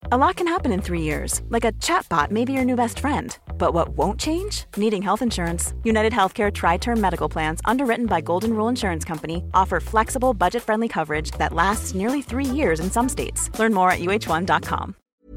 A lot can happen in 3 years, like a chatbot may be your new best friend. But what won't change? Needing health insurance. United Healthcare Tri-Term Medical Plans, underwritten by Golden Rule Insurance Company, offer flexible, budget-friendly coverage that lasts nearly 3 years in some states. Learn more at uh1.com.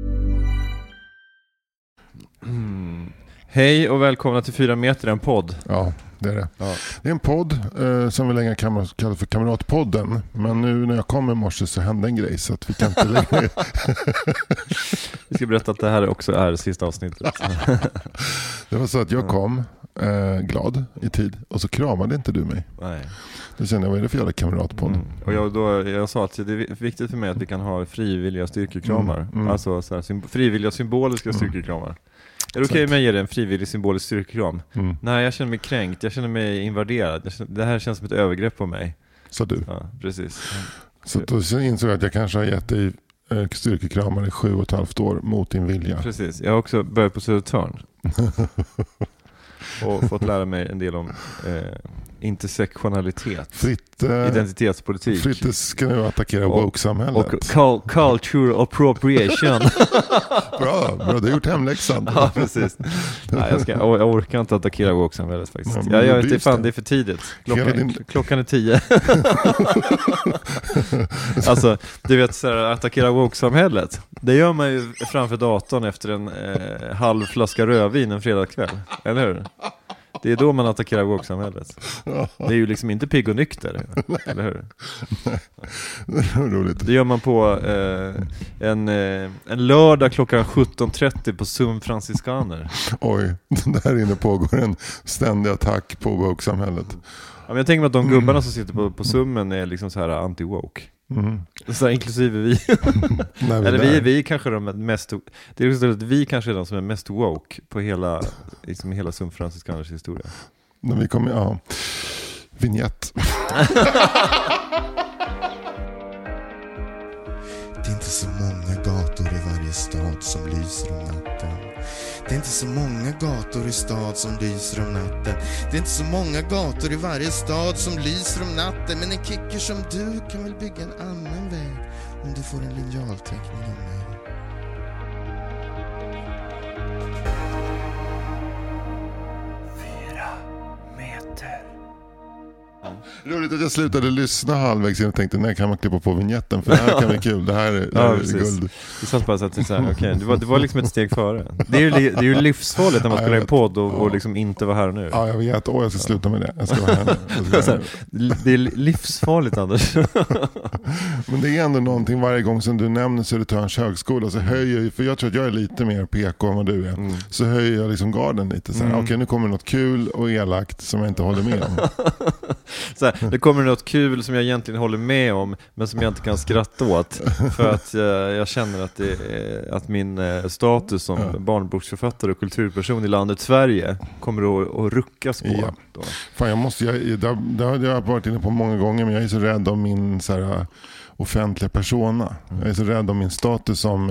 Hej och välkomna till 4 meter, en podd. Ja, det är det. Ja. Det är en podd som vi länge kallar för Kamratpodden. Men nu när jag kom i morse så hände en grej så att vi kan inte längre... Vi ska berätta att det här också är sista avsnittet. Det var så att jag kom glad i tid och så kramade inte du mig. Nej. Då kände jag, vad är det för jävla Kamratpodd? Och jag sa att det är viktigt för mig att vi kan ha frivilliga styrkekramar. Alltså så här, frivilliga symboliska styrkekramar. Är det okej med att ge dig en frivillig symbolisk styrkekram? Nej, jag känner mig kränkt. Jag känner mig invaderad. Det här känns som ett övergrepp på mig. Så du? Ja, precis. Så då insåg jag att jag kanske har gett dig styrkekramar i 7,5 år mot din vilja. Precis. Jag har också börjat på Södertörn. Och fått lära mig en del om intersektionalitet, identitetspolitik. Fritt ska nu attackera woke-samhället. Och culture appropriation. Bra, du har gjort hemläxan. Ja, precis. Nej, jag orkar inte attackera woke-samhället faktiskt. Ja, jag vet, det är för tidigt. Klockan är 10. Alltså, du vet, så här, attackera woke-samhället. Det gör man ju framför datorn efter en halv flaska rödvin en fredagkväll. Eller hur? Det är då man attackerar woke-samhället. Det är ju liksom inte pigg och nykter, eller hur? Det är roligt. Det gör man på en lördag klockan 17.30 på Sum Franciskaner. Oj, där inne pågår en ständig attack på woke-samhället. Ja, men jag tänker mig att de gubbarna som sitter på Summen är liksom så här anti-woke. Så här, inklusive vi. Eller vi kanske är de mest. Det är just det att vi kanske är de som är mest woke på hela Sum Franciskaners historia. När vi kommer, ja. Vignett. Det är inte så många gator i varje stad som lyser om natten. Det är inte så många gator i stad som lyser om natten. Det är inte så många gator i varje stad som lyser om natten. Men en kicker som du kan väl bygga en annan väg om du får en linjalteckning av mig. Roligt att jag slutade lyssna halvvägs och tänkte, när kan man klippa på vignetten? För det här kan bli kul, det här är guld. Det satt bara så att det var liksom ett steg före. Det är ju livsfarligt när man spelar en podd och liksom inte vara här nu. Ja, jag vet. Jag ska sluta med det. Jag ska vara här nu. Det är livsfarligt, Anders. Men det är ändå någonting varje gång som du nämner Södertörns högskola så höjer jag, för jag tror att jag är lite mer PK än vad du är, så höjer jag liksom garden lite. Okej, nu kommer något kul och elakt som jag inte håller med om. Så här, det kommer något kul som jag egentligen håller med om men som jag inte kan skratta åt för att jag känner att min status som barnboksförfattare och kulturperson i landet Sverige kommer att ruckas på. Ja. Fan, det har jag varit inne på många gånger, men jag är så rädd om min så här, offentliga persona. Jag är så rädd om min status som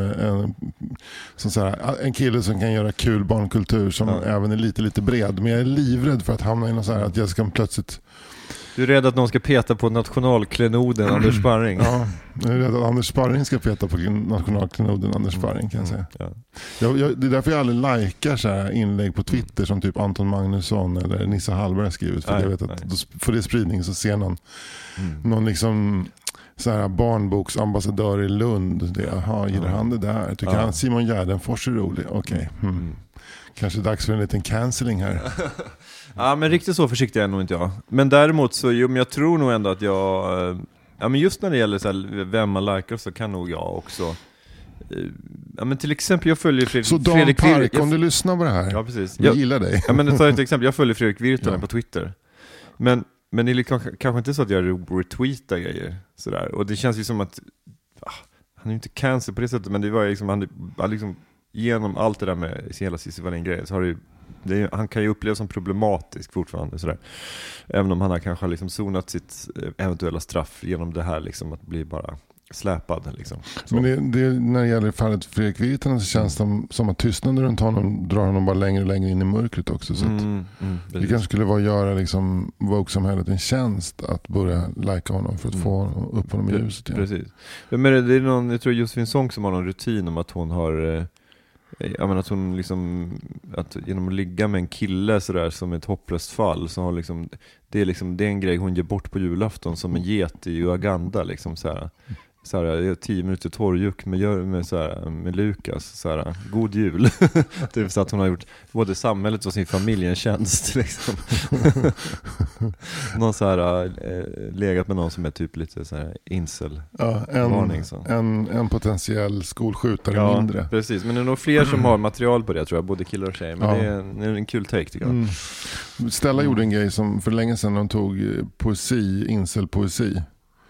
en kille som kan göra kul barnkultur som även är lite bred, men jag är livrädd för att hamna i något så här att jag ska plötsligt. Du är rädd att någon ska peta på nationalklenoden Anders Sparring? Ja, jag är rädd att Anders Sparring ska peta på nationalklenoden Anders Sparring, kan jag säga. Det är därför jag aldrig likar så här inlägg på Twitter som typ Anton Magnusson eller Nissa Hallberg har skrivit. För jag vet att då får det spridning så ser någon liksom så här barnboksambassadör i Lund. Gillar han det där? Tycker han Simon Gärdenfors är rolig? Okej. Kanske dags för en liten cancelling här. Ja, men riktigt så försiktig är nog inte jag. Men däremot så, men jag tror nog ändå att jag... Ja, men just när det gäller så här, vem man likar så kan nog jag också... Ja, men till exempel jag följer Fredrik Park, om du lyssnar på det här. Ja, precis. Jag gillar dig. Ja, men ta ett exempel. Jag följer Fredrik Virtanen på Twitter. Men det är kanske inte så att jag retweetar grejer sådär. Och det känns ju som att... han är ju inte cancer på det sättet, men det var liksom... Han liksom genom allt det där med hela Cissi Wallin-grejen så har han kan ju upplevas som problematisk fortfarande sådär. Även om han har kanske liksom sonat sitt eventuella straff genom det här liksom att bli bara släpad liksom. Men när det gäller fallet Fredrik Virtanen så känns det som att tystnaden runt honom drar honom bara längre och längre in i mörkret också. Så det kanske skulle vara att göra liksom woke-samhället en tjänst att börja lika honom för att få upp honom i ljuset igen. Precis. Men det är någon, jag tror Josefin Sonck som har någon rutin om att hon har att hon liksom, att genom att ligga med en kille sådär som ett hopplöst fall, så har liksom, det är en grej hon ger bort på julafton som en get i Uganda liksom såhär. Såhär, 10 minuter torrjuck med Lukas såhär, god jul. Det är så att hon har gjort både samhället och sin familj en tjänst liksom. Någon såhär legat med någon som är typ lite såhär incel. Ja, en potentiell skolskjutare mindre. Precis, men det är nog fler som har material på det, tror jag, både killar och tjejer. Men det är en kul take, tycker jag. Stella gjorde en grej som för länge sedan hon tog poesi, incel-poesi.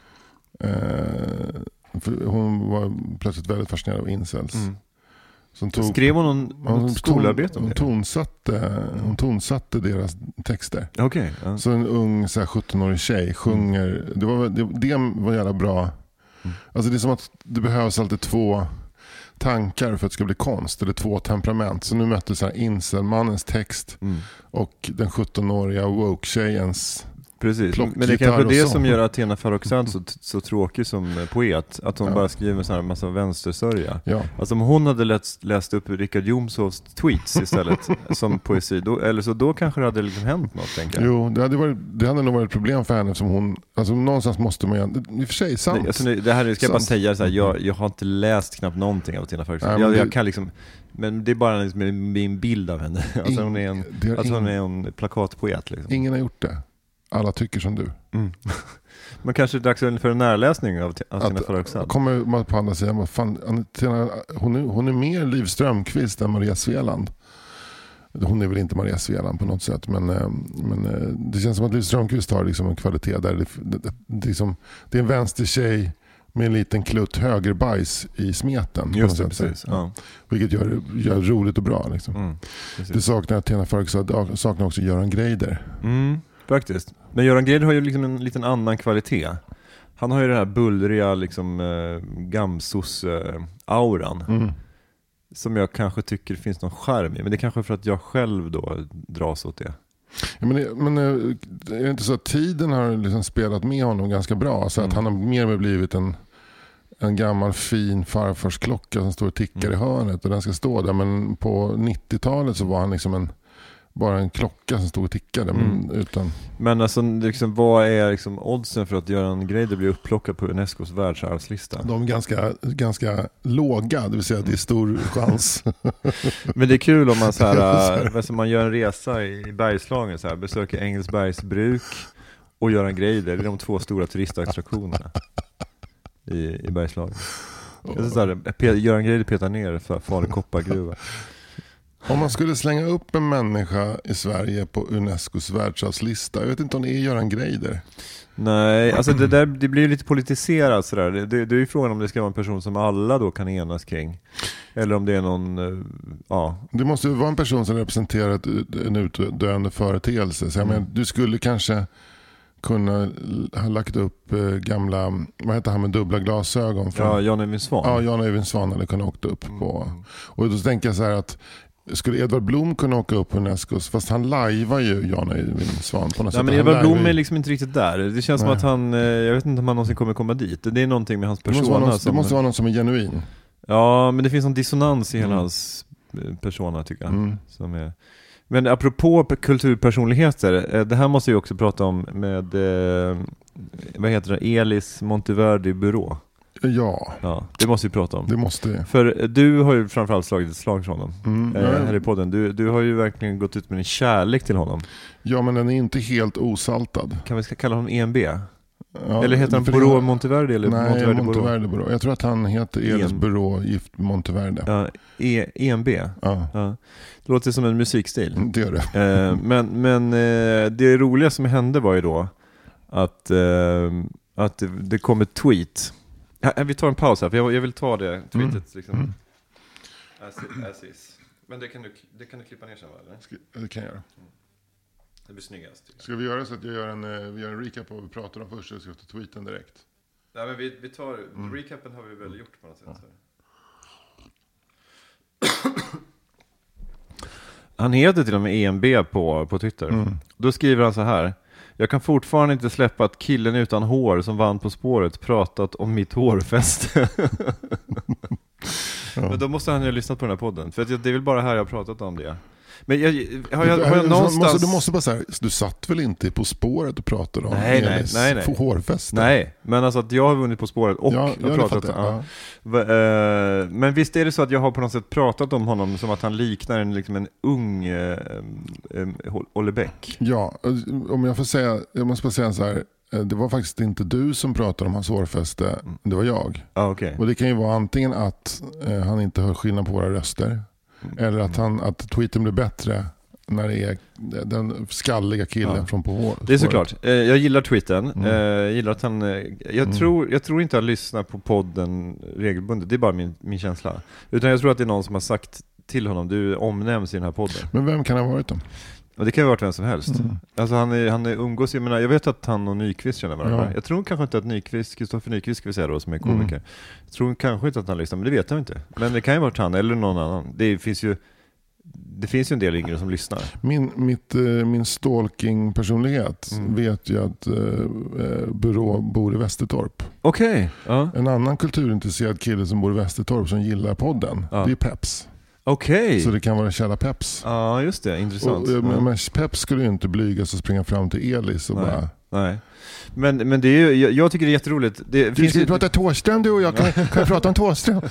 För hon var plötsligt väldigt fascinerad av incels. Skrev hon någon skolarbete om det? Hon tonsatte deras texter. Okay, så en ung 17-årig tjej sjunger. Det var jävla bra. Alltså det är som att det behövs alltid 2 tankar för att det ska bli konst, eller 2 temperament. Så nu mötte så här incel-mannens text och den 17-åriga woke-tjejens. Precis, men det är kanske det som gör Athena Farrokhzad så tråkig som poet, att hon bara skriver med sån här massa vänstersörja. Ja. Alltså om hon hade läst upp Richard Jomshofs tweets istället som poesi, då kanske det hade liksom hänt något, tänker jag. Jo, det hade nog varit ett problem för henne, som hon, alltså någonstans måste man ju, i och för sig sant. Det här ska jag bara säga så här, jag har inte läst knappt någonting av Athena Farrokhzad. Jag kan liksom, men det är bara liksom min bild av henne. Alltså hon är en plakatpoet liksom. Ingen har gjort det. Alla tycker som du. Men kanske är det dags för en närläsning av Athena Farrokhzad. Kommer man på andra sidan, hon är mer Liv Strömquist än Maria Sveland. Hon är väl inte Maria Sveland på något sätt, men det känns som att Liv Strömquist har liksom en kvalitet där det är en vänster tjej med en liten klutt högerbajs i smeten. Just det, precis. Ja. Vilket gör roligt och bra liksom. Det saknar Athena Farrokhzad, saknar också Göran Greider. Faktiskt. Men Göran Greider har ju liksom en liten annan kvalitet. Han har ju den här bullriga liksom gamsos-auran som jag kanske tycker finns någon charm i. Men det är kanske för att jag själv då dras åt det. Ja, men är det inte så att tiden har liksom spelat med honom ganska bra? Så att han har mer blivit en gammal fin farfarsklocka som står och tickar i hörnet, och den ska stå där. Men på 90-talet så var han liksom bara en klocka som stod och tickade. Men alltså, liksom, vad är liksom oddsen för att Göran Greider blir upplockad på Unescos världsarvslista? De är ganska låga, det vill säga att det är stor chans. Men det är kul om man så här, man gör en resa i Bergslagen, så här, besöker Engelsbergs bruk och Göran Greider. Det är de 2 stora turistattraktionerna i Bergslagen. Göran Greider petar ner för Falu koppargruva. Om man skulle slänga upp en människa i Sverige på Unescos världsarvslista, jag vet inte om det är Göran Greider. Nej, alltså det blir lite politiserat sådär. Det är ju frågan om det ska vara en person som alla då kan enas kring. Eller om det är någon, Det måste ju vara en person som representerar en utdöende företeelse. Så jag menar, du skulle kanske kunna ha lagt upp gamla, vad heter han med dubbla glasögon? Jan Öjvind Svan. Ja, Jan Öjvind Svan hade kunnat åka upp på. Och då tänker jag så här att skulle Edvard Blom kunna åka upp på Unescos, fast han lajvar ju Jan Öjvind Svan på något sätt. Men Edvard Blom är liksom inte riktigt där. Det känns som att han, jag vet inte om han någonsin kommer komma dit. Det är någonting med hans persona. Det måste vara någon som är genuin. Ja, men det finns en dissonans i hela hans persona, tycker jag. Som är... Men apropå kulturpersonligheter, det här måste jag också prata om med, vad heter det, Elis Monteverdi Byrå. Ja, det måste vi prata om. Det måste. För du har ju framförallt slagit ett slag för honom här i podden. Du har ju verkligen gått ut med en kärlek till honom. Ja, men den är inte helt osaltad. Kan vi kalla honom EMB? Ja, eller heter han Byrå Monteverdi? Eller nej, Monteverdi Byrå. Jag tror att han heter Elis Byrå Gift Monteverdi. Ja, EMB. Ja. Det låter som en musikstil. Det gör det. Men det roliga som hände var ju då att det kom ett tweet. Vi tar en paus här, för jag vill ta det tweetet liksom. As is. Men det kan du klippa ner sen, va, eller? Det kan jag göra. Det blir snyggast. Ska vi göra så att vi gör en recap på vad vi pratar om först, och ska ta tweeten direkt? Nej, men vi tar... Recapen har vi väl gjort på något sätt. Så. Han heter till och med EMB på Twitter. Då skriver han så här: jag kan fortfarande inte släppa att killen utan hår som vann På spåret pratat om mitt hårfäste. Men då måste han ju ha lyssnat på den här podden. För att det är väl bara här jag har pratat om det. Men har jag någonstans... Du måste bara säga, du satt väl inte På spåret och pratade om nej. hårfäste? Nej, men alltså att jag har vunnit På spåret och har pratat. Men visst är det så att jag har på något sätt pratat om honom som att han liknar en ung Olle Bäck. Ja, om jag får säga, jag måste bara säga så här. Det var faktiskt inte du som pratade om hans hårfäste, det var jag. Okay. Och det kan ju vara antingen att han inte hör skillnad på våra röster. Eller att tweeten blir bättre när det är den skalliga killen från På hår. Det är såklart. Jag gillar tweeten. Jag gillar att han... Jag tror inte han lyssnar på podden regelbundet. Det är bara min känsla. Utan jag tror att det är någon som har sagt till honom, du omnämns i den här podden. Men vem kan ha varit då? Och det kan ju ha varit vem som helst. Alltså han är umgås, jag vet att han och Nyqvist känner varandra. Ja. Jag tror kanske inte att Kristoffer Nyqvist ska vi säga då, som är komiker. Jag tror kanske inte att han lyssnar, men det vet jag inte. Men det kan ju ha varit han eller någon annan. Det finns ju en del yngre som lyssnar. Min stalking-personlighet vet ju att Burå bor i Västertorp. Okej. En annan kulturintresserad kille som bor i Västertorp som gillar podden, det är Peps. Okej. Så det kan vara källa Peps. Ja, just det. Intressant. Men Peps skulle ju inte blygas och springa fram till Elis och bara... Nej. Men det är ju, jag tycker det är jätteroligt. Du ska prata Thåström du och jag. Kan jag prata om Thåström?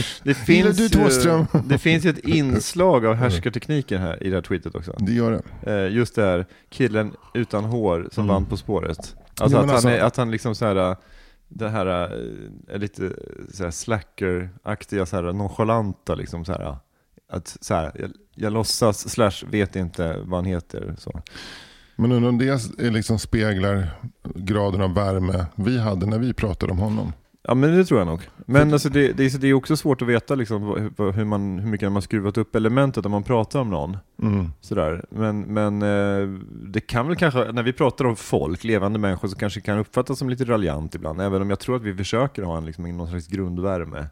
Det finns ju ett inslag av härskartekniker här i det här tweetet också. Det gör det. Just det här, killen utan hår som vann På spåret. Alltså att han liksom så här... Det här är lite så här slacker-aktiga, så här nonchalanta liksom så här. Att så här, jag låtsas / vet inte vad han heter så. Men undrar om det är liksom speglar graden av värme vi hade när vi pratade om honom. Ja, men det tror jag nog. Men alltså det är också svårt att veta liksom hur mycket man skruvat upp elementet om man pratar om någon. Sådär. Men det kan väl kanske, när vi pratar om folk, levande människor, så kanske kan uppfattas som lite raljant ibland. Även om jag tror att vi försöker ha någon slags grundvärme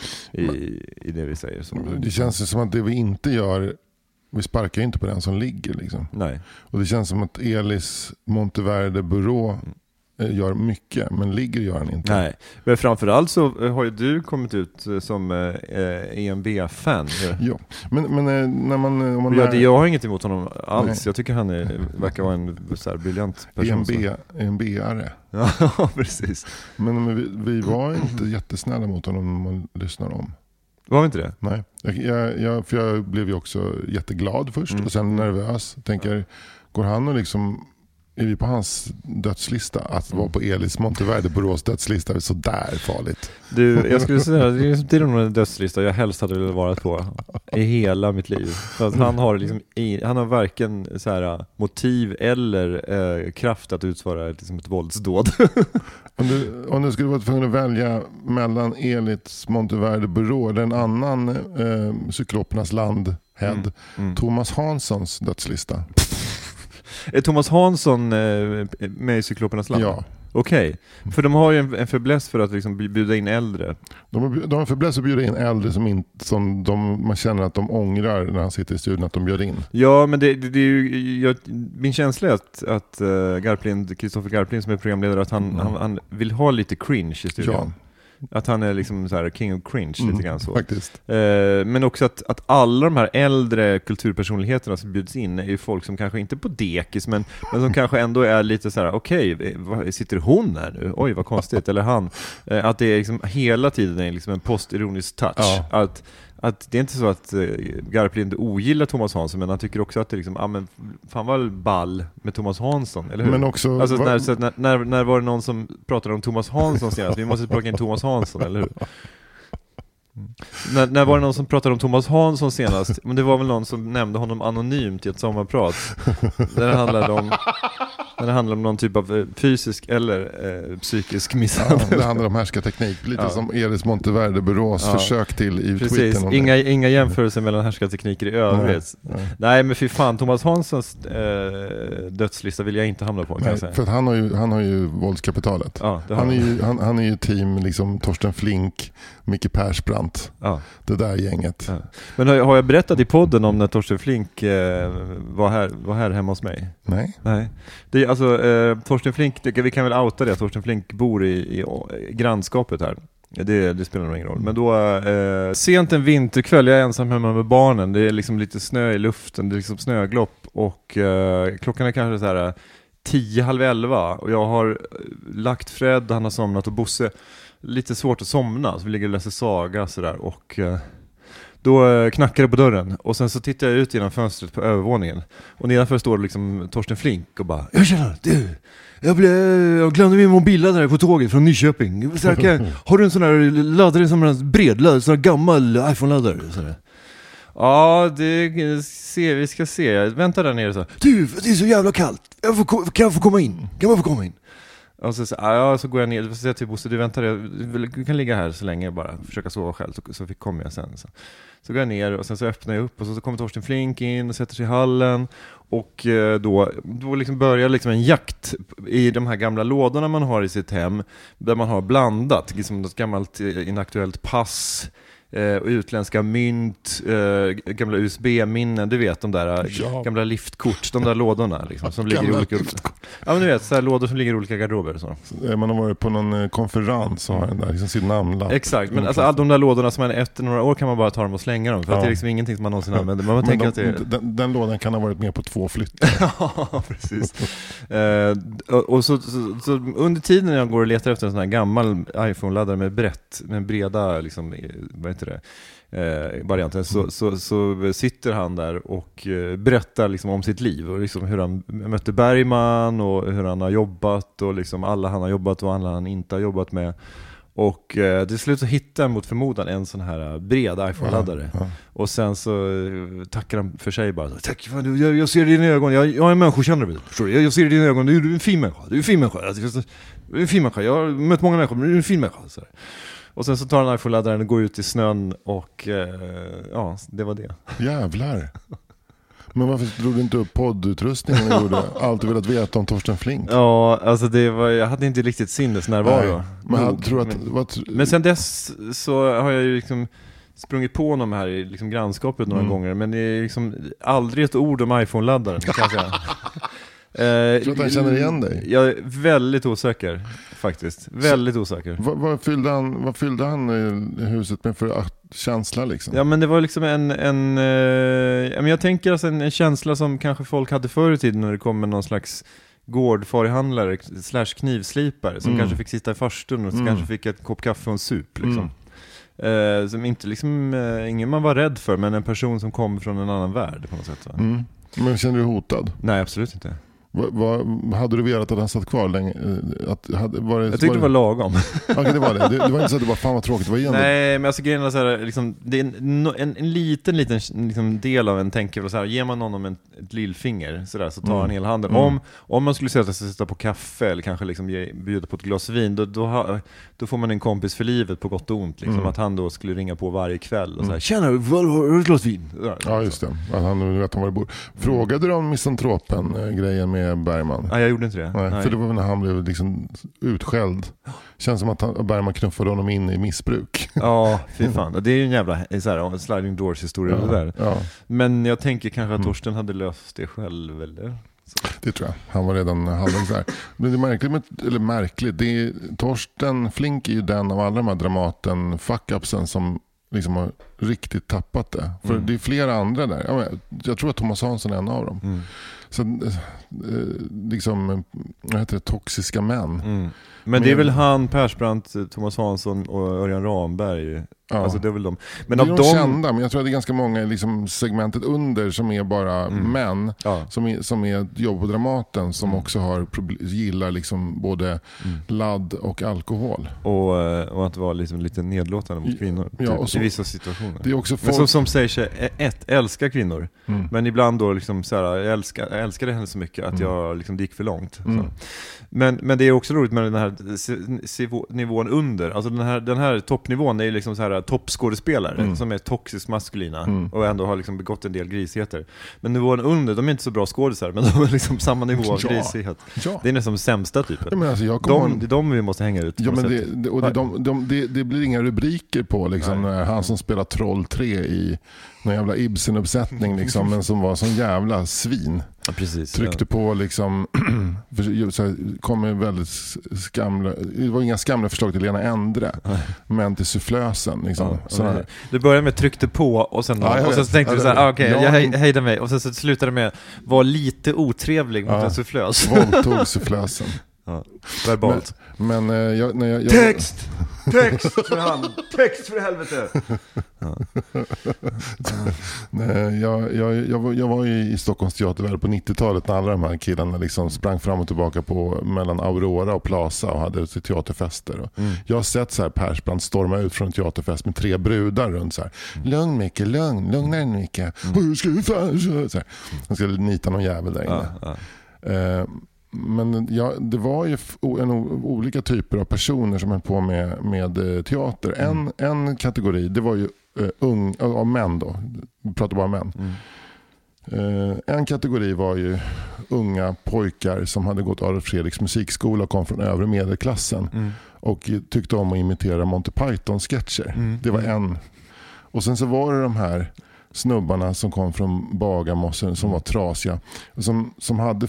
i det vi säger. Så. Det känns ju som att det vi inte gör, vi sparkar inte på den som ligger liksom. Nej. Och det känns som att Elis Monteverde Burå gör mycket, men ligger gör han inte. Nej, men framförallt så har ju du kommit ut som EMB-fan. Ja, men när man... Om man jag har inget emot honom alls. Nej. Jag tycker han verkar vara en så här briljant person. EMB-are. Ja, precis. Men vi var inte jättesnälla mot honom om man lyssnar om. Var vi inte det? Nej, för jag blev ju också jätteglad först och sen nervös. Tänker, går han och liksom... Är vi på hans dödslista? Att vara på Elis Monteverde Borås dödslista är så där farligt. Du, jag skulle säga det är nog en dödslista jag helst hade velat vara på i hela mitt liv. För att han har varken så här motiv eller kraft att utföra ett våldsdåd. Om du skulle vara tvungen att välja mellan Elis Monteverde Borås eller en annan Cyklopernas landhead, Thomas Hanssons dödslista. Är Thomas Hansson med i Cyklopernas land? Ja. Okej, för de har ju en fäbless för att liksom bjuda in äldre. De har en fäbless att bjuda in äldre som man känner att de ångrar när han sitter i studion att de bjöd in. Ja, men det är ju min känsla är att Kristoffer Garplind som är programledare, att han vill ha lite cringe i studion. Ja. Att han är liksom så här king of cringe lite grann så. Faktiskt. Men också att alla de här äldre kulturpersonligheterna som bjuds in är ju folk som kanske inte på dekis men som kanske ändå är lite så här: okej, sitter hon här nu? Oj, vad konstigt. Eller han. Att det är liksom hela tiden är liksom en postironisk touch. Ja. Att det är inte så att Garplind ogillar Thomas Hansson, men han tycker också att det liksom, men fan var ball med Thomas Hansson, eller hur? Men också, alltså, när var det någon som pratade om Thomas Hansson senast? Vi måste plocka in Thomas Hansson, eller hur? När var det någon som pratade om Thomas Hansson senast? Men det var väl någon som nämnde honom anonymt i ett sommarprat. Där det handlade om... Men det handlar om någon typ av fysisk eller psykisk misshandel. Ja, det handlar om härskarteknik. Lite som Elis Monteverdeburås försök till i tweeten. Inga jämförelser mellan härskartekniker i övrigt. Nej, men fy fan, Thomas Hanssons dödslista vill jag inte hamna på. Nej, för att han har ju våldskapitalet. Ja, han är ju team liksom Torsten Flink, Micke Persbrandt. Ja. Det där gänget. Ja. Men har jag berättat i podden om när Torsten Flink var här hemma hos mig? Nej. Det är alltså Torsten Flink, vi kan väl outa det. Torsten Flink bor i grannskapet här. Det spelar nog ingen roll. Men då sent en vinterkväll, jag är ensam hemma med barnen. Det är liksom lite snö i luften, det är liksom snöglopp och klockan är kanske så här 10, halv 11 och jag har lagt Fred, han har somnat och Bosse lite svårt att somna så vi ligger och läser saga sådär och då knackar det på dörren och sen så tittar jag ut genom fönstret på övervåningen och nedanför står liksom Torsten Flink och bara jag känner, du, jag glömde min mobilladdare på tåget från Nyköping. Har du en sån här laddare som en bredladdare, sån här gammal iPhone-laddare? Ja, vi ska se. Vänta där nere så. Du, det är så jävla kallt. Kan jag få komma in? Kan man få komma in? Och så går jag ner och säger till Bosse, du väntar, du kan ligga här så länge bara, försöka sova själv, så kommer jag sen. Så går jag ner och sen så öppnar jag upp och så kommer Torsten Flink in och sätter sig i hallen och då liksom börjar liksom en jakt i de här gamla lådorna man har i sitt hem där man har blandat liksom något gammalt inaktuellt pass och utländska mynt, gamla USB-minnen, du vet de där gamla liftkort, de där lådorna liksom, som ligger i olika ja men du vet, så här lådor som ligger i olika garderober och så. Man har varit på någon konferens och har den där liksom sin namnlapp. Exakt, men alltså alla de där lådorna som man efter några år kan man bara ta dem och slänga dem för att det är liksom ingenting som man någonsin använder. Man tänker att den lådan kan ha varit med på 2 flyttar. Ja, precis. Och så under tiden jag går och letar efter en sån här gammal iPhone-laddare med en breda liksom, vad heter det? Varianten så sitter han där och berättar liksom om sitt liv och liksom hur han mötte Bergman och hur han har jobbat och liksom alla han har jobbat och alla han inte har jobbat med och till slut så hittar han mot förmodan en sån här bred iPhone-laddare och sen så tackar han för sig bara tack, jag ser det i dina ögon, jag är en människokännare, förstår du? Jag ser det i dina ögon, du är en fin människa, jag har mött många människor men du är en fin människa så här. Och sen så tar han iPhone-laddaren och går ut i snön och det var det. Jävlar. Men varför drog du inte upp poddutrustningen och gjorde allt du velat veta om Torsten Flink? Ja, alltså jag hade inte riktigt sinnesnärvaro. Men sen dess så har jag ju liksom sprungit på honom här i liksom grannskapet några gånger. Men det är liksom aldrig ett ord om iPhone-laddaren, kan jag säga. Jag tror att han känner igen dig. Jag är väldigt osäker faktiskt. Väldigt osäker. Vad fyllde han huset med för känsla liksom? Ja, men det var liksom jag tänker alltså en känsla som kanske folk hade förr i tiden när det kom med någon slags gårdfarihandlare / knivslipare som kanske fick sitta i farstun och kanske fick ett kopp kaffe och en sup liksom. Som inte liksom ingen man var rädd för, men en person som kom från en annan värld på något sätt. Så. Men känner du hotad? Nej, absolut inte. Hade du velat att han satt kvar länge? Jag tyckte det var lagom. Okej, det var det. Det var inte så att det var fan vad tråkigt. Det var nej, men alltså grejen är så här, liksom, det är en liten liksom, del av en tänker så här, ger man någon ett lillfinger så där, så tar han hela handen. Om man skulle säga att sitta på kaffe eller kanske liksom bjuda på ett glas vin, då får man en kompis för livet på gott och ont liksom, att han då skulle ringa på varje kväll och så här, tjena, har du ett glas vin? Ja, just det. Att han vet var det bor. Frågade du om misantropen-grejen med Bergman? Nej, jag gjorde inte det. Nej. För det var när han blev liksom utskälld. Känns som att Bergman knuffade honom in i missbruk. Ja, fy fan. Det är ju en jävla så här, sliding doors historia det där. Ja. Men jag tänker kanske att Torsten hade löst det själv, eller? Så. Det tror jag. Han var redan halvvägs där. Men det är märkligt. Torsten Flink är ju den av alla de här Dramaten fuck-upsen som liksom har riktigt tappat det. För det är flera andra där. Jag tror att Thomas Hansson är en av dem. Så liksom, vad heter det, toxiska män. Men det är väl han, Persbrandt, Thomas Hansson och Örjan Ramberg. Ja. Alltså det är väl de. Men det är de kända, men jag tror att det är ganska många liksom segmentet under som är bara män som är jobb på Dramaten som också gillar liksom både ladd och alkohol. Och att vara liksom lite nedlåtande mot kvinnor i vissa situationer. personer. Det är också folk... som säger sig älskar kvinnor. Men ibland då liksom så här, jag älskade henne så mycket att jag liksom, det gick för långt. Så. Men det är också roligt med den här nivån under. Alltså den här toppnivån är ju liksom så här toppskådespelare som är toxiskt maskulina och ändå har liksom begått en del grisigheter. Men nivån under, de är inte så bra skådespelare, men de är liksom samma nivå av grisighet. Ja. Det är nästan sämsta typen. Ja, men alltså, det är de vi måste hänga ut. Ja, men det blir inga rubriker på liksom, han som spelar Troll 3 i någon jävla Ibsen-uppsättning liksom, men som var sån jävla svin. Ja, precis, tryckte på liksom kom med väldigt skamla, det var inga skamla förslag till Lena Endre, men till sufflösen liksom. Det började med tryckte på och sen tänkte du så här, jag hejdade mig, och sen så slutade med var lite otrevlig mot en sufflös. Våldtog sufflösen. Ja, verbalt. Men när jag text för helvete. Jag var ju i Stockholms teatervärld på 90-talet när alla de här killarna liksom sprang fram och tillbaka på mellan Aurora och Plaza och hade teaterfester. Jag har sett så här Persbrandt storma ut från en teaterfest med 3 brudar runt så här. Lugn Micke, lugnare Micke. Han ska nita någon jävel där inne. Men det var ju olika typer av personer som höll på med teater. En kategori, det var ju av män då. Vi pratar bara män. En kategori var ju unga pojkar som hade gått Adolf Fredriks musikskola och kom från övre medelklassen och tyckte om att imitera Monty Python-sketcher. Det var en. Och sen så var det de här snubbarna som kom från Bagarmossen som var trasiga, som hade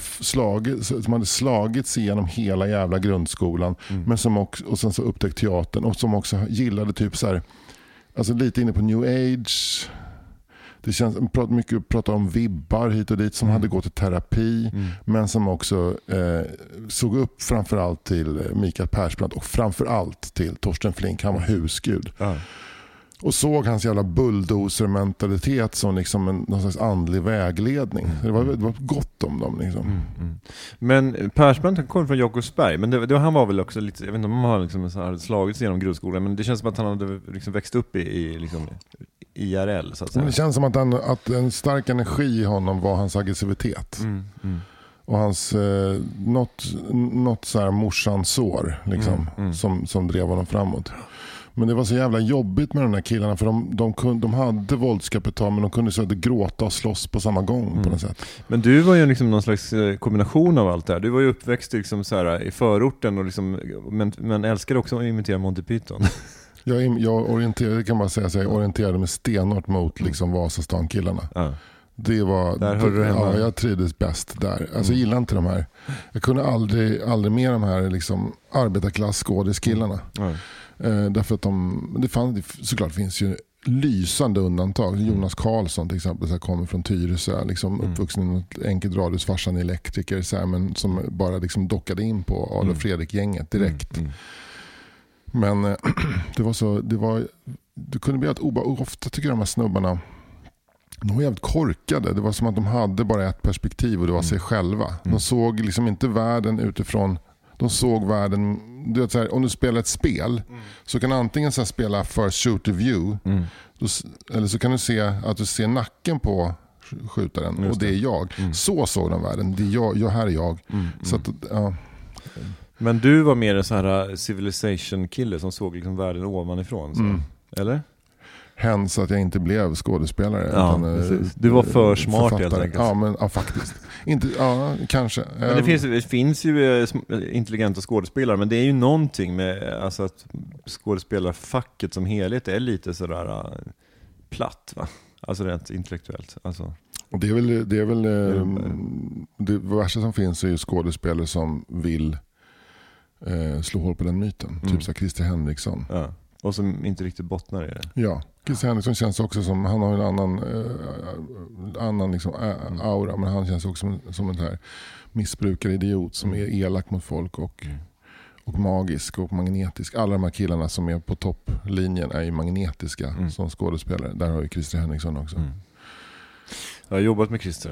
slagits igenom hela jävla grundskolan, men som också, och sen så upptäckte teatern, och som också gillade typ så här, alltså lite inne på new age. Det känns mycket prata om vibbar hit och dit, som hade gått i terapi, men som också såg upp framförallt till Mikael Persbrandt och framförallt till Torsten Flink. Han var husgud. Och såg hans jävla bulldozer-mentalitet som liksom någon slags andlig vägledning. Det var gott om dem liksom. Men Persbrandt kom från Jakobsberg, men han var väl också lite, jag vet inte om han liksom hade slagits genom grundskolan, men det känns som att han hade liksom växt upp i liksom IRL så att säga. Det känns som att en stark energi i honom var hans aggressivitet. Och hans något så här morsans sår liksom, som drev honom framåt. Men det var så jävla jobbigt med de där killarna, för de hade våldskapital, men de kunde så att gråta och slåss på samma gång på något sätt. Men du var ju liksom någon slags kombination av allt det här. Du var ju uppväxt liksom så här i förorten och liksom, men älskade också att imitera Monty Python. Jag kan bara säga att jag orienterade mig stenhårt mot liksom Vasastan-killarna. Det var där hörde du hemma. Jag trivdes bäst där. Alltså jag gillar inte de här. Jag kunde aldrig med de här liksom arbetarklass-skådiskillarna. Därför att såklart finns ju lysande undantag. Jonas Karlsson till exempel så här, kommer från Tyresö, liksom uppvuxen i något enkelt radhus, farsan elektriker så här, men som bara liksom dockade in på Adolf Fredrik-gänget direkt. Men det kunde bli att ofta tycker jag de här snubbarna, de var jävligt korkade. Det var som att de hade bara ett perspektiv, och det var sig själva. De såg liksom inte världen utifrån. De såg världen, du vet, så här, om du spelar ett spel så kan du antingen så här, spela first shooter view, eller så kan du se att du ser nacken på skjutaren, och det är jag. Så såg de världen. Det är jag här är jag. Så att, ja. Men du var mer en så här civilization-kille som såg liksom världen ovanifrån, så. Eller? Hens att jag inte blev skådespelare. Ja, utan, du var för smart helt enkelt. Ja, faktiskt. Kanske. Men det finns ju intelligenta skådespelare, men det är ju någonting med alltså, att skådespelarfacket som helhet är lite sådär platt, va? Alltså rent intellektuellt. Alltså. Och det är väl det värsta som finns är ju skådespelare som vill slå hål på den myten. Typ så Christer Henriksson. Ja. Och som inte riktigt bottnar i det. Ja, Christer Henriksson känns också som, han har en annan liksom, aura, men han känns också som en här missbrukare, idiot som är elak mot folk och magisk och magnetisk. Alla de här killarna som är på topplinjen är ju magnetiska som skådespelare. Där har ju Christer Henriksson också. Jag har jobbat med Christer.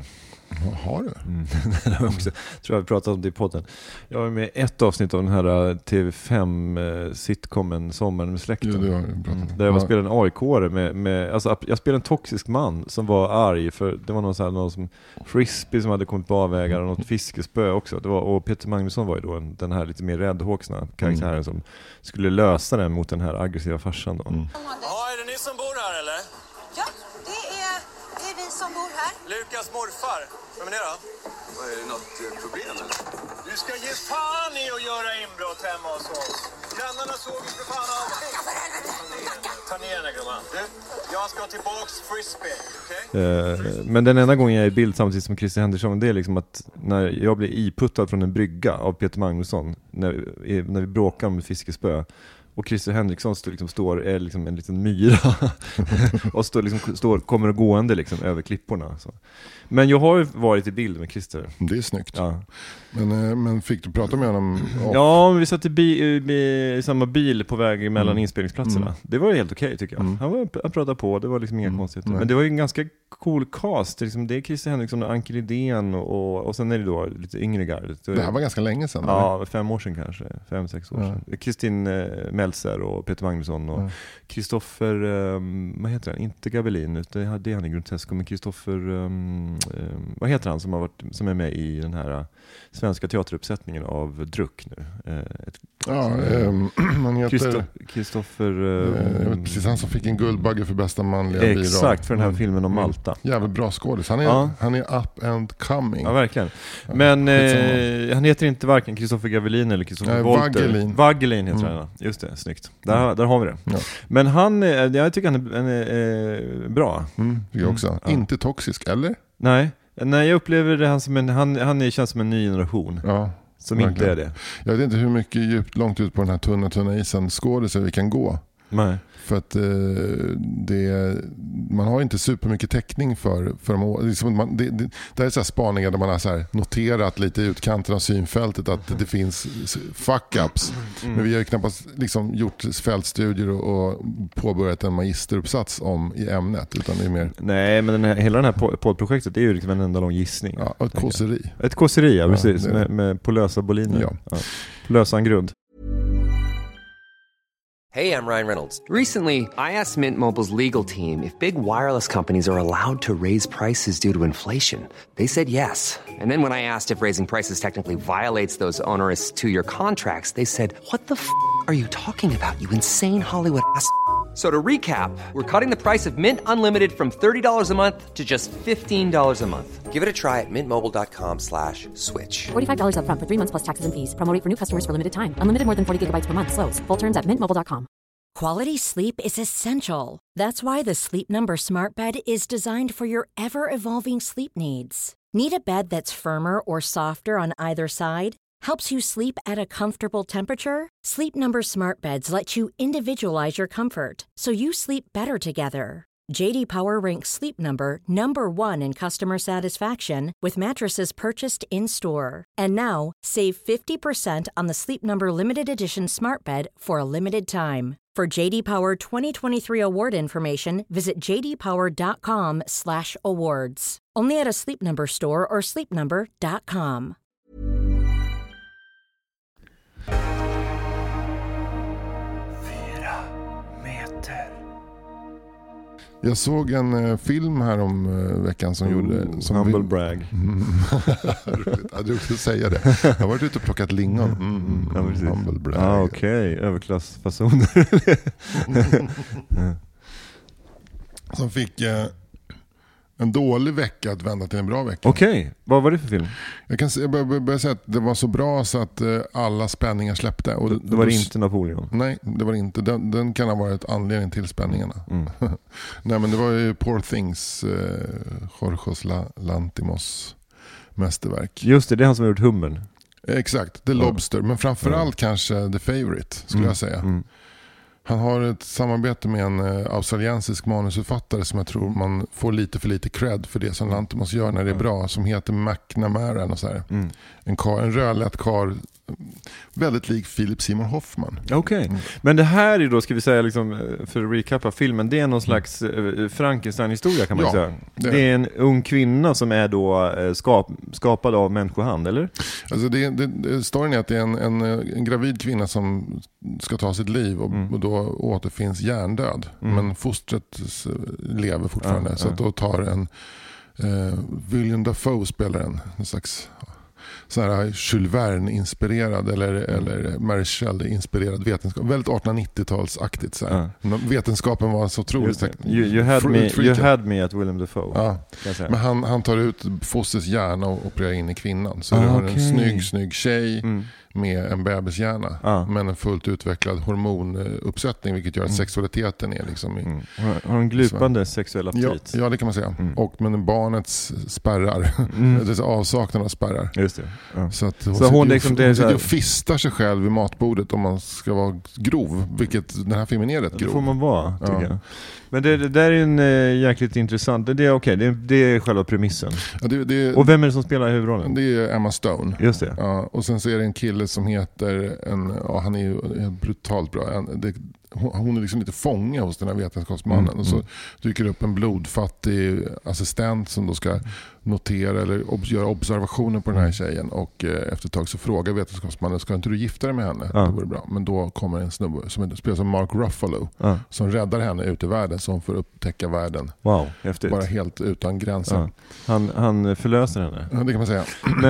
Har du? Det var också, tror jag vi pratade om det i podden. Jag var med i ett avsnitt av den här TV5-sitcomen Sommaren med släkten. Där jag spelade en AIK-are med alltså, jag spelade en toxisk man som var arg för det var någon som frisbee som hade kommit på avvägar och något fiskespö också. Det var, och Peter Magnusson var ju då den här lite mer räddhågsna karaktären som skulle lösa den mot den här aggressiva farsan då. Ja, är det ni som bor här eller? Ja, det är vi som bor här. Lukas morfar. Vem är det då? Är det något problem eller? Du ska ge fan i att göra inbrott hemma hos oss. Grannarna såg ju för fan av. Ta ner den gumman. Du, jag ska tillbaks frisbee, okej? Men den enda gången jag är i bild samtidigt som Christer Henderson, det är liksom att när jag blir iputtad från en brygga av Peter Magnusson när vi bråkar om ett fiskespö. Och Christer Henriksson är liksom en liten myra och kommer och gående liksom över klipporna. Så. Men jag har varit i bild med Christer. Det är snyggt. Ja. Men fick du prata med honom? Ja, vi satt i samma bil på väg mellan inspelningsplatserna. Det var ju helt okej tycker jag. Han pratade på, det var liksom inga konstigheter. Men det var ju en ganska cool cast. Det är Christer Henriksson och Anke Lidén och sen är det då lite yngre gardet. Det här var ganska länge sedan. Ja, 5 år sedan kanske. 5-6 år sedan. Kristin Meltzer och Peter Magnusson och Kristoffer, vad heter han? Inte Gabelin, utan det är han i Grotesco, men Kristoffer, vad heter han som är med i den här svenska teateruppsättningen av Druck nu? Han heter Kristoffer... precis, han som fick en Guldbagge för bästa manliga biroll. Exakt, för den här filmen om Malta. Jävligt bra skådis. Han är up and coming. Ja, verkligen. Men han heter inte varken Kristoffer Gavelin eller Kristoffer Wolter. Waggelin heter han. Just det, snyggt. Där har vi det. Ja. Men jag tycker han är bra. Jag också. Inte toxisk, eller? Nej, jag upplever det som han känns som en ny generation. Ja. Som verkligen. Inte är det. Jag vet inte hur mycket långt ut på den här tunna isen skådisar vi kan gå. Nej. För att man har inte supermycket täckning för det är så här spaningar där man har så här noterat lite i utkanten av synfältet att det finns fuck-ups. Men vi har ju knappast liksom gjort fältstudier och påbörjat en magisteruppsats i ämnet, utan det är mer... Nej, men hela den här poddprojektet är ju liksom en enda lång gissning. Ja, ett kåseri. Ett kåseri, ja, precis. Med på lösa boliner. Ja. På lösa en grund. Hey, I'm Ryan Reynolds. Recently, I asked Mint Mobile's legal team if big wireless companies are allowed to raise prices due to inflation. They said yes. And then when I asked if raising prices technically violates those onerous 2-year contracts, they said, "What the f*** are you talking about, you insane Hollywood ass?" So to recap, we're cutting the price of Mint Unlimited from $30 a month to just $15 a month. Give it a try at mintmobile.com/switch. $45 up front for 3 months plus taxes and fees. Promo rate for new customers for limited time. Unlimited more than 40 gigabytes per month. Slows full terms at mintmobile.com. Quality sleep is essential. That's why the Sleep Number Smart Bed is designed for your ever-evolving sleep needs. Need a bed that's firmer or softer on either side? Helps you sleep at a comfortable temperature? Sleep Number Smart Beds let you individualize your comfort, so you sleep better together. J.D. Power ranks Sleep Number #1 in customer satisfaction with mattresses purchased in-store. And now, save 50% on the Sleep Number Limited Edition Smart Bed for a limited time. For J.D. Power 2023 award information, visit jdpower.com/awards. Only at a Sleep Number store or sleepnumber.com. Jag såg en film här om veckan som gjorde... Som humble brag. Jag hade också säga det. Jag har varit ute och plockat lingon. Humble brag. Okej. Överklassfasoner. Som fick en dålig vecka att vända till en bra vecka. Okej. Vad var det för film? Jag börjar säga att det var så bra så att alla spänningar släppte. Och det var inte Napoleon? Nej, det var inte. Den kan ha varit anledning till spänningarna. Nej, men det var ju Poor Things, Jorgos Lanthimos mästerverk. Just det är han som har gjort Hummern. Exakt, The Lobster. Men framförallt kanske The Favorite, skulle jag säga. Han har ett samarbete med en australiensisk manusförfattare som jag tror man får lite för lite cred för det som Lanthimos gör när det är bra, som heter McNamara och så här. En rödlätt karl väldigt lik Philip Seymour Hoffman. Okej. Men det här är då, ska vi säga liksom, för att recappa filmen, det är någon slags Frankenstein-historia kan man säga. Det är en ung kvinna som är då skapad av människohand, eller? Alltså storyn är att det är en gravid kvinna som ska ta sitt liv och då återfinns hjärndöd. Men fostret lever fortfarande. Så att då tar en William Dafoe spelar en slags så här Jules Verne-inspirerad eller Mary Shelley-inspirerad vetenskap. Väldigt 1890-talsaktigt. Så här. Vetenskapen var så otroligt... You had me at William Dafoe. Ja. Men han tar ut fostrets hjärna och opererar in i kvinnan. Så du har en snygg tjej med en bebishjärna. Men en fullt utvecklad hormonuppsättning, vilket gör att sexualiteten är liksom... Har en glupande sexuell aptit. Ja, det kan man säga. Men barnets spärrar. Det är avsaknad av spärrar. Just det. Ja. Så hon sitter och fistar sig själv vid matbordet om man ska vara grov, vilket den här filmen är rätt grov. Det får man vara, tycker jag. Men det där är en jäkligt intressant. Det är själva premissen. Ja, och vem är det som spelar huvudrollen? Det är Emma Stone. Just det. Ja, och sen så är det en kille som heter han är ju brutalt bra. Hon är liksom lite fånge hos den här vetenskapsmannen. Och så dyker upp en blodfattig assistent som då ska notera eller göra observationer på den här tjejen. Och efter ett tag så frågar vetenskapsmannen, ska inte du gifta dig med henne? Det vore bra. Men då kommer en snubbe som spelar som Mark Ruffalo som räddar henne ut i världen, så hon får upptäcka världen. Wow, häftigt. Bara helt utan gränser. Han förlöser henne. Ja, det kan man säga.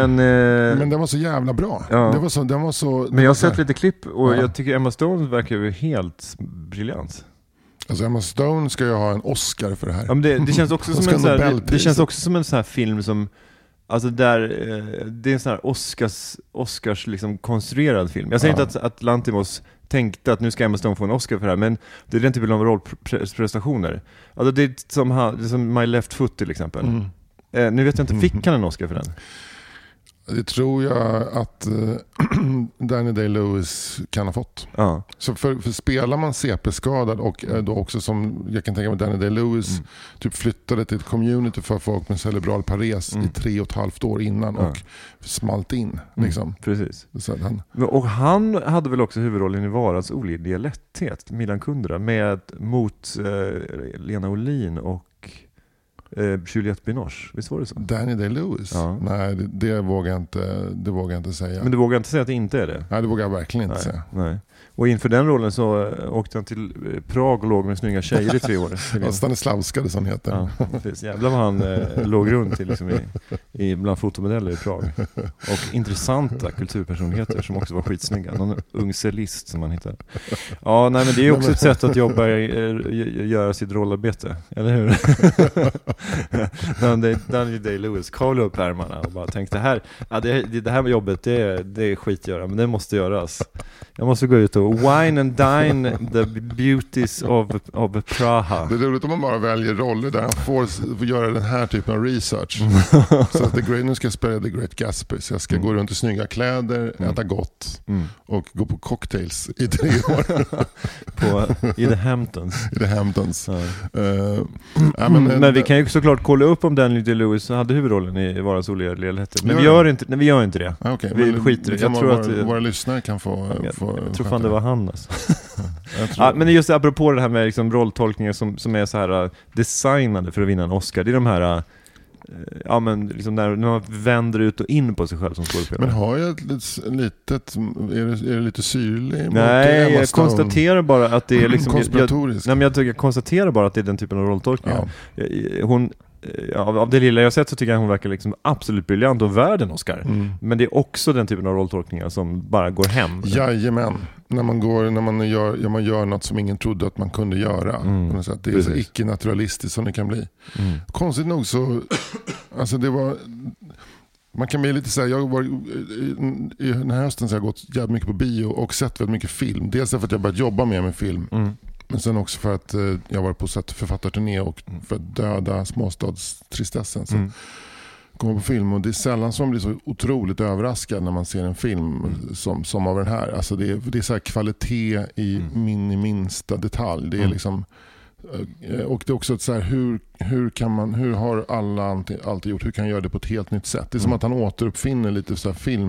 Men den var så jävla bra. Den var så. Men jag har sett lite klipp och jag tycker Emma Stone verkar ju helt briljant. Alltså Emma Stone ska ju ha en Oscar för det här. Ja, men det känns också som en så här, det känns också som en sån här film som, alltså där det är en sån här Oscars liksom konstruerad film. Jag säger inte att Lantimos tänkte att nu ska Emma Stone få en Oscar för det här, men det är den typen av rollprestationer. Alltså det är som My Left Foot till exempel. Nu vet jag inte, fick han en Oscar för den? Det tror jag att Daniel Day-Lewis kan ha fått. Så för spelar man CP-skadad och då också, som jag kan tänka mig, Daniel Day-Lewis typ flyttade till ett community för folk med cerebral pares i 3,5 år innan och smalt in. Liksom. Precis. Och han hade väl också huvudrollen i Varans olidliga lätthet, Milan Kundera, mot Lena Olin och Juliette Binoche, visst var det så? Daniel Day-Lewis? Ja. Nej, det vågar jag inte säga. Men du vågar inte säga att det inte är det? Nej, det vågar jag verkligen inte säga. Nej. Och inför den rollen så åkte han till Prag och låg med snygga tjejer i 3 år. Stanislavska, som heter. Ja, precis. Jävlar vad han låg runt liksom bland fotomodeller i Prag. Och intressanta kulturpersonligheter som också var skitsnygga. Någon ung cellist som man hittade. Ja, nej, men det är också ett sätt att göra sitt rollarbete. Eller hur? Daniel Day-Lewis kallade upp ärmarna och bara tänkte det här med jobbet, det är skit att göra, men det måste göras. Jag måste gå ut och wine and dine the beauties of Praha. Det är roligt om man bara väljer roller där han får göra den här typen av research. Så att nu ska jag spela The Great Gatsby, så jag ska gå runt i snygga kläder, äta gott och gå på cocktails i 3 år. I The Hamptons. I The Hamptons. Men vi kan ju såklart kolla upp om Daniel Day-Lewis hade huvudrollen i Varans olidliga lätthet. Men vi gör inte det. Okay, vi skiter i det. Jag tror att våra lyssnare kan få jag tror fan det var han alltså. Men just apropå det här med liksom rolltolkningar som är så här designade för att vinna en Oscar. Det är de här men liksom när man vänder ut och in på sig själv som skådespelare. Men har jag är det lite syrlig? Nej, jag konstaterar bara att det är liksom konspiratoriskt. Jag konstaterar bara att det är den typen av rolltolkningar. Hon av det lilla jag sett så tycker jag hon verkar liksom absolut briljant och värd en Oscar. Men det är också den typen av rolltolkningar som bara går hem. Jajamän. När man gör något som ingen trodde att man kunde göra. Det är så icke-naturalistiskt som det kan bli. Konstigt nog så alltså det var, man kan bli lite så här, jag var i den här hösten så har jag gått jävligt mycket på bio och sett väldigt mycket film. Dels för att jag börjat jobba mer med film. Men sen också för att jag var på sett författarturné och för att döda småstadstristessen. Så kommer på film, och det är sällan som man blir så otroligt överraskad när man ser en film som av den här. Alltså det är så här kvalitet i minsta detalj. Det är liksom, och det är också så här, hur har alla alltid gjort, hur kan jag göra det på ett helt nytt sätt? Det är som att han återuppfinner lite så här film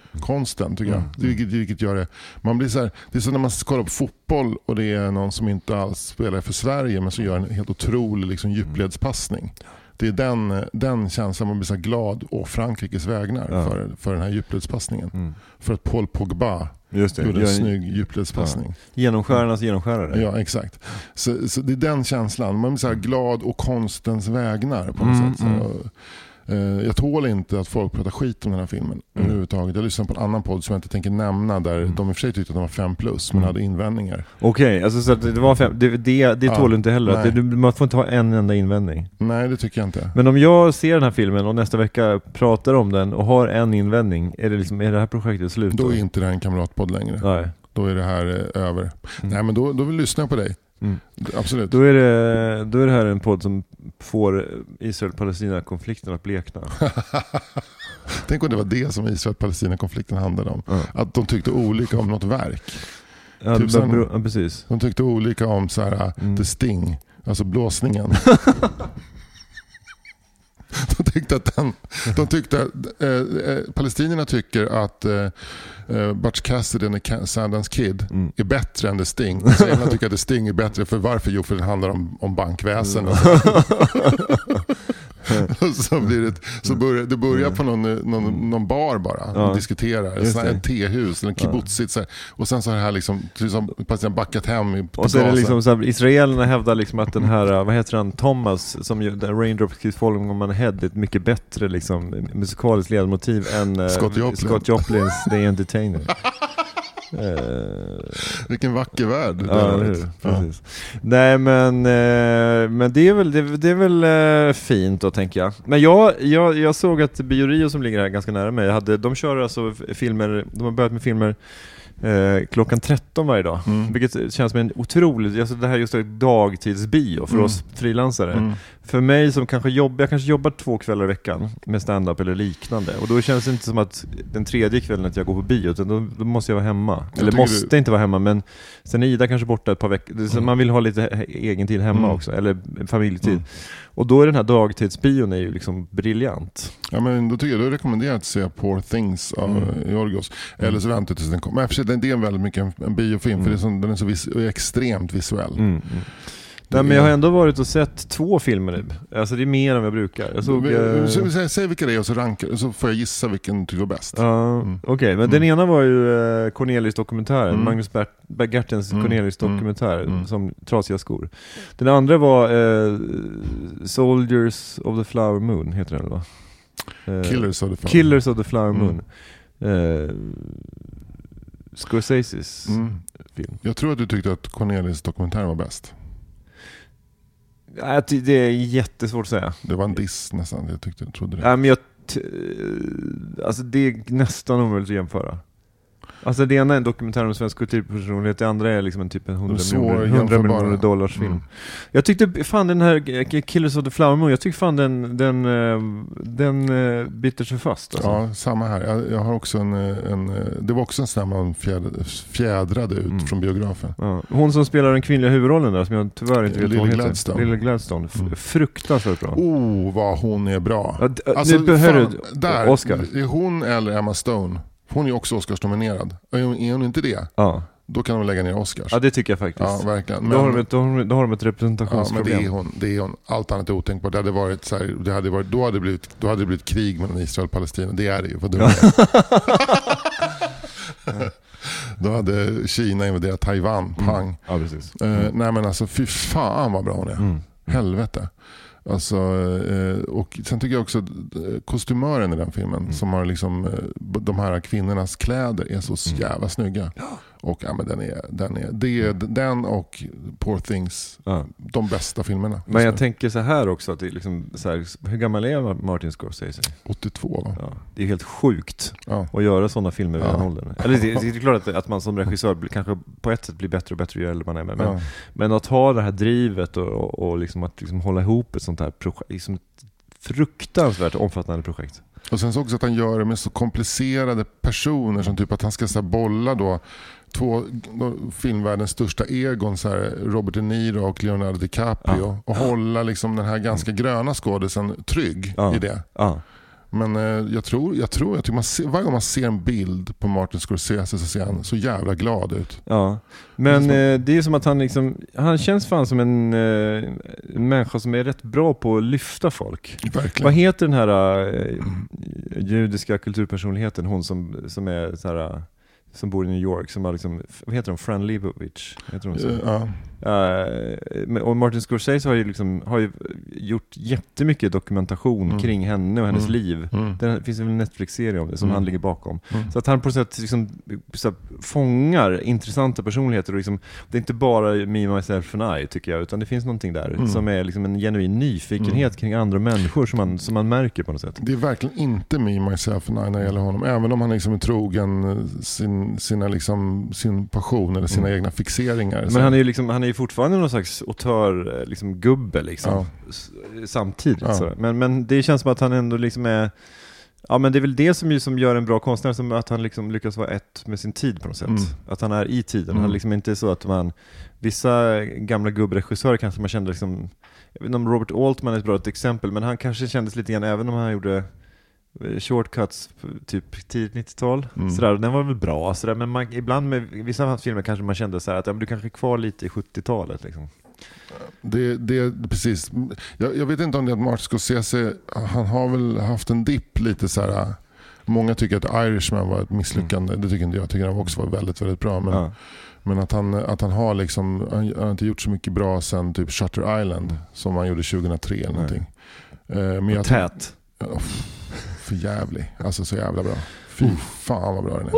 konsten tycker jag. Vilket gör det. Man blir så här, det är så när man kollar på fotboll och det är någon som inte alls spelar för Sverige men som gör en helt otrolig liksom, djupledspassning. Det är den känslan man blir så glad å Frankrikes vägnar för den här djupledspassningen. För att Paul Pogba gjorde en snygg djupledspassning. Ja. Genomskärarnas genomskärare. Ja, exakt. Så det är den känslan. Man blir så här glad å konstens vägnar på något sätt. Jag tål inte att folk pratar skit om den här filmen överhuvudtaget. Jag lyssnade på en annan podd som jag inte tänker nämna där de i och för sig tyckte att de var 5+ men hade invändningar. Okej, alltså så att det var 5. Det tål inte heller. Att man får inte ha en enda invändning. Nej, det tycker jag inte. Men om jag ser den här filmen och nästa vecka pratar om den och har en invändning, är det här projektet slut? Då är inte det här en kamratpodd längre. Nej. Då är det här över. Nej, men då vill lyssna på dig. Absolut. Då är det här en podd som får Israel-Palestina-konflikten att blekna. Tänk om det var det som Israel-Palestina-konflikten handlade om. Att de tyckte olika om något verk. Ja, typ precis. De tyckte olika om så här, the sting, alltså blåsningen. Palestinierna tycker att Butch Cassidy and Sundance Kid är bättre än The Sting. Israelerna tycker att The Sting är bättre för varför? Jo, för den handlar om bankväsen. Så det börjar på någon bar bara. De diskuterar. En tehus eller en kibbutzit. Och sen så är det här liksom backat hem. Och så är det liksom så här, israelerna hävdar liksom att den här, vad heter han, Thomas, som ju Raindrops Keep Falling on My Head, är ett mycket bättre liksom musikaliskt ledmotiv än Scott Joplins The Entertainer. Vilken vacker värld. Precis. Nej, men det är väl fint då, tänker jag. Men jag såg att Biorio som ligger här ganska nära mig de kör alltså filmer, de har börjat med filmer klockan 13 varje dag, vilket känns som en otroligt, alltså det här är just ett dagtidsbio för oss frilansare. För mig som jag kanske jobbar 2 kvällar i veckan med stand-up eller liknande, och då känns det inte som att den tredje kvällen att jag går på bio, utan då måste jag vara hemma. Eller måste inte vara hemma, men sen är Ida kanske borta ett par veckor, så man vill ha lite egen tid hemma också, eller familjetid. Och då är den här dagtidsbion är ju liksom briljant. Ja, men då tycker jag rekommenderar att se Poor Things av Yorgos. Eller så väntar tills den kommer. Men för det är väldigt mycket en biofilm, för den är så extremt visuell. Nej, men jag har ändå varit och sett 2 filmer nu. Alltså det är mer än jag brukar. Jag såg, säg vilka det är och så rankar, så får jag gissa vilken du var bäst. Okej, men den ena var ju Cornelis-dokumentären, Magnus Gertens Cornelis-dokumentär som Trasiga skor. Den andra var Soldiers of the Flower Moon, heter den, va? Killers of the Flower Moon. Scorseses film. Jag tror att du tyckte att Cornelis-dokumentären var bäst. Det är jättesvårt att säga. Det var en diss nästan, jag trodde det. Ja, men alltså det är nästan omöjligt att jämföra. Alltså det ena är en dokumentär om svensk kulturpersonlighet, det andra är liksom en typ 100 miljoner dollars film. Jag tyckte fan den här Killers of the Flower Moon, jag tyckte fan den biter sig fast. Alltså. Ja, samma här. Jag har också det var också en sån där man fjädrade ut från biografen. Ja. Hon som spelar den kvinnliga huvudrollen där, som jag tyvärr inte vet vad hon heter. Lily Gladstone. Fruktansvärt bra. Vad hon är bra. Alltså, nu behöver du Oscar. Är hon eller Emma Stone? Hon är också Oscars-nominerad. Är hon inte det? Ja. Då kan de lägga ner Oscars. Ja, det tycker jag faktiskt. Ja, verkligen. Men, då har de ett representationsproblem. Ja, men det är hon. Allt annat är otänkbart. Det hade varit så här, då hade det blivit krig mellan Israel och Palestina. Det är det ju. Då hade Kina invaderat Taiwan. Pang. Ja, precis. Nej, men alltså fy fan vad bra hon är. Helvete. Alltså, och sen tycker jag också att kostymören i den filmen som har liksom de här kvinnornas kläder är så jävla snygga. Och ja, men den och Poor Things, de bästa filmerna. Men jag tänker så här också, att det är liksom så här, hur gammal är Martin Scorsese? 82, va? Ja, det är helt sjukt att göra sådana filmer vid den åldern. Eller det är klart att man som regissör kanske på ett sätt blir bättre och bättre ju äldre man är. Men att ha det här drivet och liksom att liksom hålla ihop ett sånt här projekt, liksom ett fruktansvärt omfattande projekt. Och sen så också att han gör det med så komplicerade personer, som typ att han ska så här bolla då 2 filmvärldens största egon, så här Robert De Niro och Leonardo DiCaprio, och hålla liksom den här ganska gröna skådisen trygg i det. Men jag tror att varje gång man ser en bild på Martin Scorsese så ser han så jävla glad ut. Ja, men det är som att han känns fan som en människa som är rätt bra på att lyfta folk. Verkligen. Vad heter den här judiska kulturpersonligheten, hon som är så här, som bor i New York, som har liksom, vad heter hon? Fran Lebowitz heter hon så. Och Martin Scorsese har ju gjort jättemycket dokumentation kring henne och hennes liv. Det finns en Netflix-serie om det som han ligger bakom. Så att han på sätt liksom, så fångar intressanta personligheter och liksom, det är inte bara me, myself and I tycker jag, utan det finns någonting där som är liksom en genuin nyfikenhet kring andra människor som man märker på något sätt. Det är verkligen inte me, myself and I när det gäller honom, även om han liksom är trogen sin passion eller sina egna fixeringar. Men han är ju fortfarande någon slags autör liksom gubbe liksom samtidigt så. Men det känns som att han ändå liksom är, ja, men det är väl det som gör en bra konstnär, som att han liksom lyckas vara ett med sin tid på något sätt. Att han är i tiden. Han liksom inte är så att vissa gamla gubbregissörer kanske man kände liksom, jag vet inte om Robert Altman är ett bra exempel, men han kanske kändes lite grann, även om han gjorde shortcuts typ tidigt 90-tal sådär, den var väl bra sådär, men ibland med vissa filmer kanske man kände så här att du kanske är kvar lite i 70-talet liksom. Det precis. Jag vet inte om det är att Martin Scorsese, han har väl haft en dipp lite så här. Många tycker att Irishman var ett misslyckande. Det tycker inte jag. Jag tycker han också var väldigt, väldigt bra, men att han har liksom, han har inte gjort så mycket bra sen typ Shutter Island som han gjorde 2003 eller någonting. Men tät. För jävlig. Alltså så jävla bra. Fy fan vad bra den är.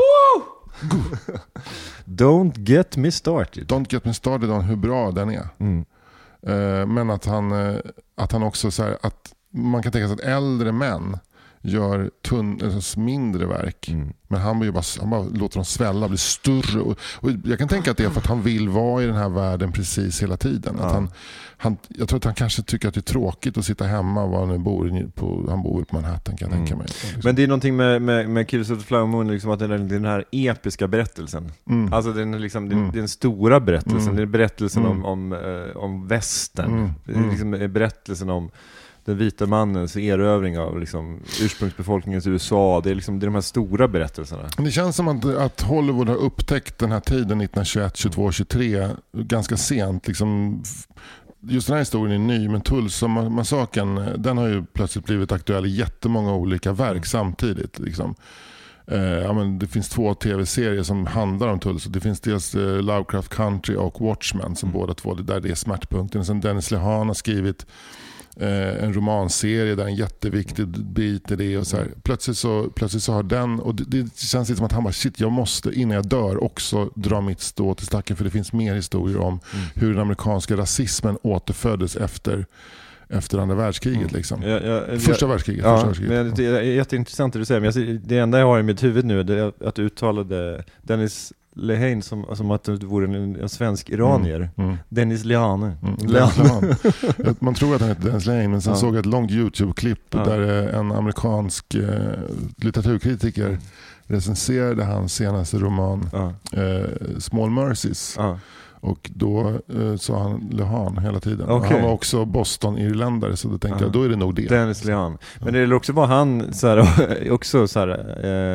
Don't get me started. Don't get me started on hur bra den är. Men att han också så här, att man kan tänka sig att äldre män gör mindre verk, men han bara låter dem svälla, bli större, och jag kan tänka att det är för att han vill vara i den här världen precis hela tiden. Att jag tror att han kanske tycker att det är tråkigt att sitta hemma var han nu bor han bor på Manhattan, kan jag tänka mig. Men det är någonting med Killers of the Flower Moon liksom, att det är den här episka berättelsen. Alltså den är liksom den stora berättelsen, det är berättelsen om västern. Det är liksom berättelsen om den vita mannens erövring av liksom ursprungsbefolkningens USA. Det är de här stora berättelserna. Det känns som att Hollywood har upptäckt den här tiden 1921, 22, 23 ganska sent. Liksom, just den här historien är ny, men Tulsa-massakern, den har ju plötsligt blivit aktuell i jättemånga olika verk samtidigt. Liksom. Men det finns 2 tv-serier som handlar om Tulsa. Det finns dels Lovecraft Country och Watchmen, som båda två, där det är smärtpunkten. Sen Dennis Lehane har skrivit en romanserie där en jätteviktig bit i det, och så här. Plötsligt så har den, och det känns lite som att han bara, shit, jag måste innan jag dör också dra mitt stå till stacken, för det finns mer historier om hur den amerikanska rasismen återföddes efter andra världskriget liksom. Första världskriget. Men det är jätteintressant det du säger, men det enda jag har i mitt huvud nu är att du uttalade Dennis Lehane som att det vore en svensk iranier. Dennis Lehane. Man tror att han heter Dennis Lehane, men sen såg jag ett långt YouTube-klipp där en amerikansk litteraturkritiker recenserade hans senaste roman Small Mercies. Och då sa han Lehane hela tiden. Okay. Han var också Boston-irländare, så då tänkte jag, då är det nog det. Dennis Lehane. Men det också var han så här, också så här,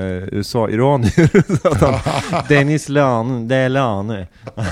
USA-iranier. Dennis Lehane, det är Lehane.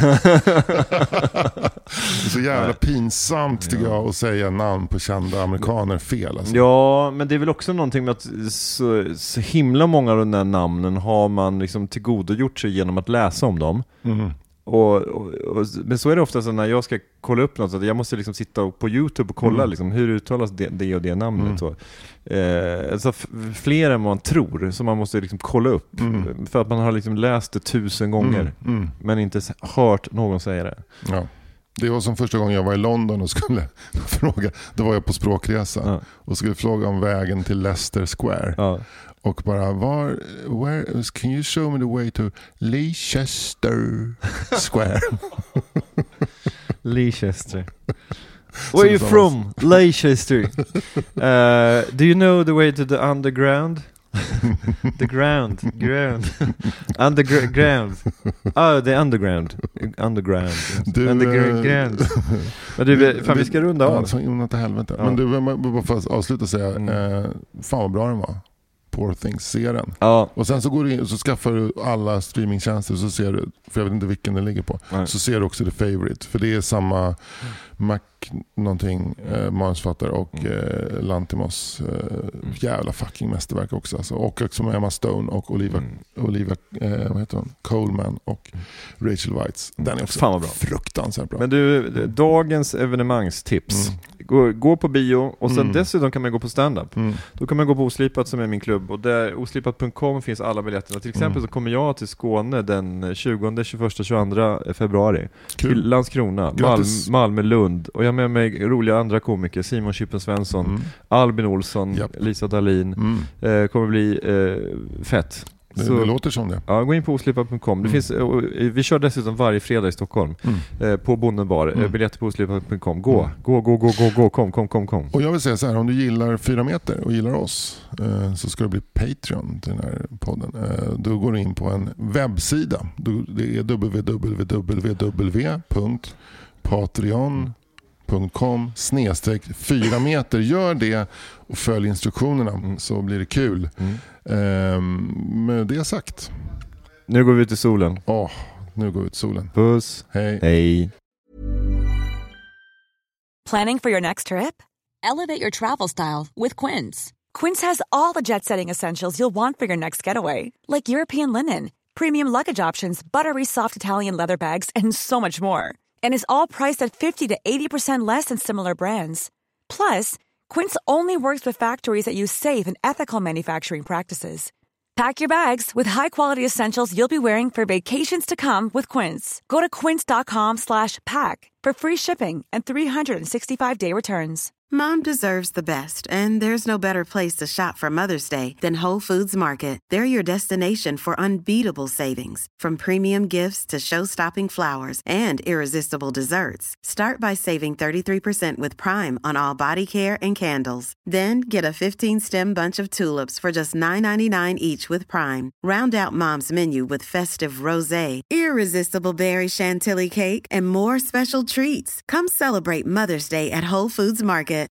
Så jävla pinsamt tycker jag att säga namn på kända amerikaner fel. Alltså. Ja, men det är väl också någonting med att så himla många av de där namnen har man liksom tillgodogjort sig genom att läsa om dem. Men så är det ofta så när jag ska kolla upp något, så att jag måste liksom sitta på YouTube och kolla liksom, hur uttalas det och det namnet. Alltså fler än man tror, så man måste liksom kolla upp för att man har liksom läst det 1000 gånger men inte hört någon säga det. Ja. Det var som första gången jag var i London och skulle fråga, då var jag på språkresa och skulle fråga om vägen till Leicester Square. Och bara, where can you show me the way to Leicester Square? Leicester. Where are you from? Leicester. Do you know the way to the underground? The ground. Underground. The underground. Underground. Men du, fan vi ska runda av. Så innan till helvete. Men du, bara för att avsluta säga, fan vad bra den var. Poor Things, se den. Ja. Och sen så går du in och så skaffar du alla streamingtjänster, så ser du, för jag vet inte vilken den ligger på. Nej. Så ser du också The Favourite, för det är samma Mac någonting, manusförfattare och Lantimos jävla fucking mästerverk också alltså. Och också med Emma Stone och Olivia vad heter hon? Coleman och Rachel Weisz. Den är också fan bra. Fruktansvärt bra. Men du, dagens evenemangstips. Gå på bio och sen dessutom kan man gå på stand-up. Då kan man gå på Oslipat som är min klubb, och där oslipat.com finns alla biljetterna. Till exempel så kommer jag till Skåne den 20, 21, 22 februari. Kul. Till Landskrona, Malmö, Lund, och jag har med mig roliga andra komiker, Simon Chippen Svensson, Albin Olsson, Lisa Dahlin. Kommer bli fett. Det låter som det. Ja, gå in på oslipat.com. Det finns, vi kör dessutom varje fredag i Stockholm på Bondenbar. Biljetter på oslipat.com. Gå, kom. Och jag vill säga så här, om du gillar 4 meter och gillar oss, så ska det bli Patreon till den här podden. Då går du in på en webbsida. Det är www.patreon.com/4 meter. Gör det och följ instruktionerna, så blir det kul. Med det sagt, nu går vi ut i solen. Nu går vi ut i solen. Puss. Hej. Planning for your next trip? Elevate your travel style with Quince. Quince has all the jet-setting essentials you'll want for your next getaway, like European linen, premium luggage options, buttery soft Italian leather bags, and so much more. And is all priced at 50 to 80% less than similar brands. Plus, Quince only works with factories that use safe and ethical manufacturing practices. Pack your bags with high-quality essentials you'll be wearing for vacations to come with Quince. Go to quince.com/pack for free shipping and 365-day returns. Mom deserves the best, and there's no better place to shop for Mother's Day than Whole Foods Market. They're your destination for unbeatable savings, from premium gifts to show-stopping flowers and irresistible desserts. Start by saving 33% with Prime on all body care and candles. Then get a 15-stem bunch of tulips for just $9.99 each with Prime. Round out Mom's menu with festive rosé, irresistible berry chantilly cake, and more special treats. Come celebrate Mother's Day at Whole Foods Market.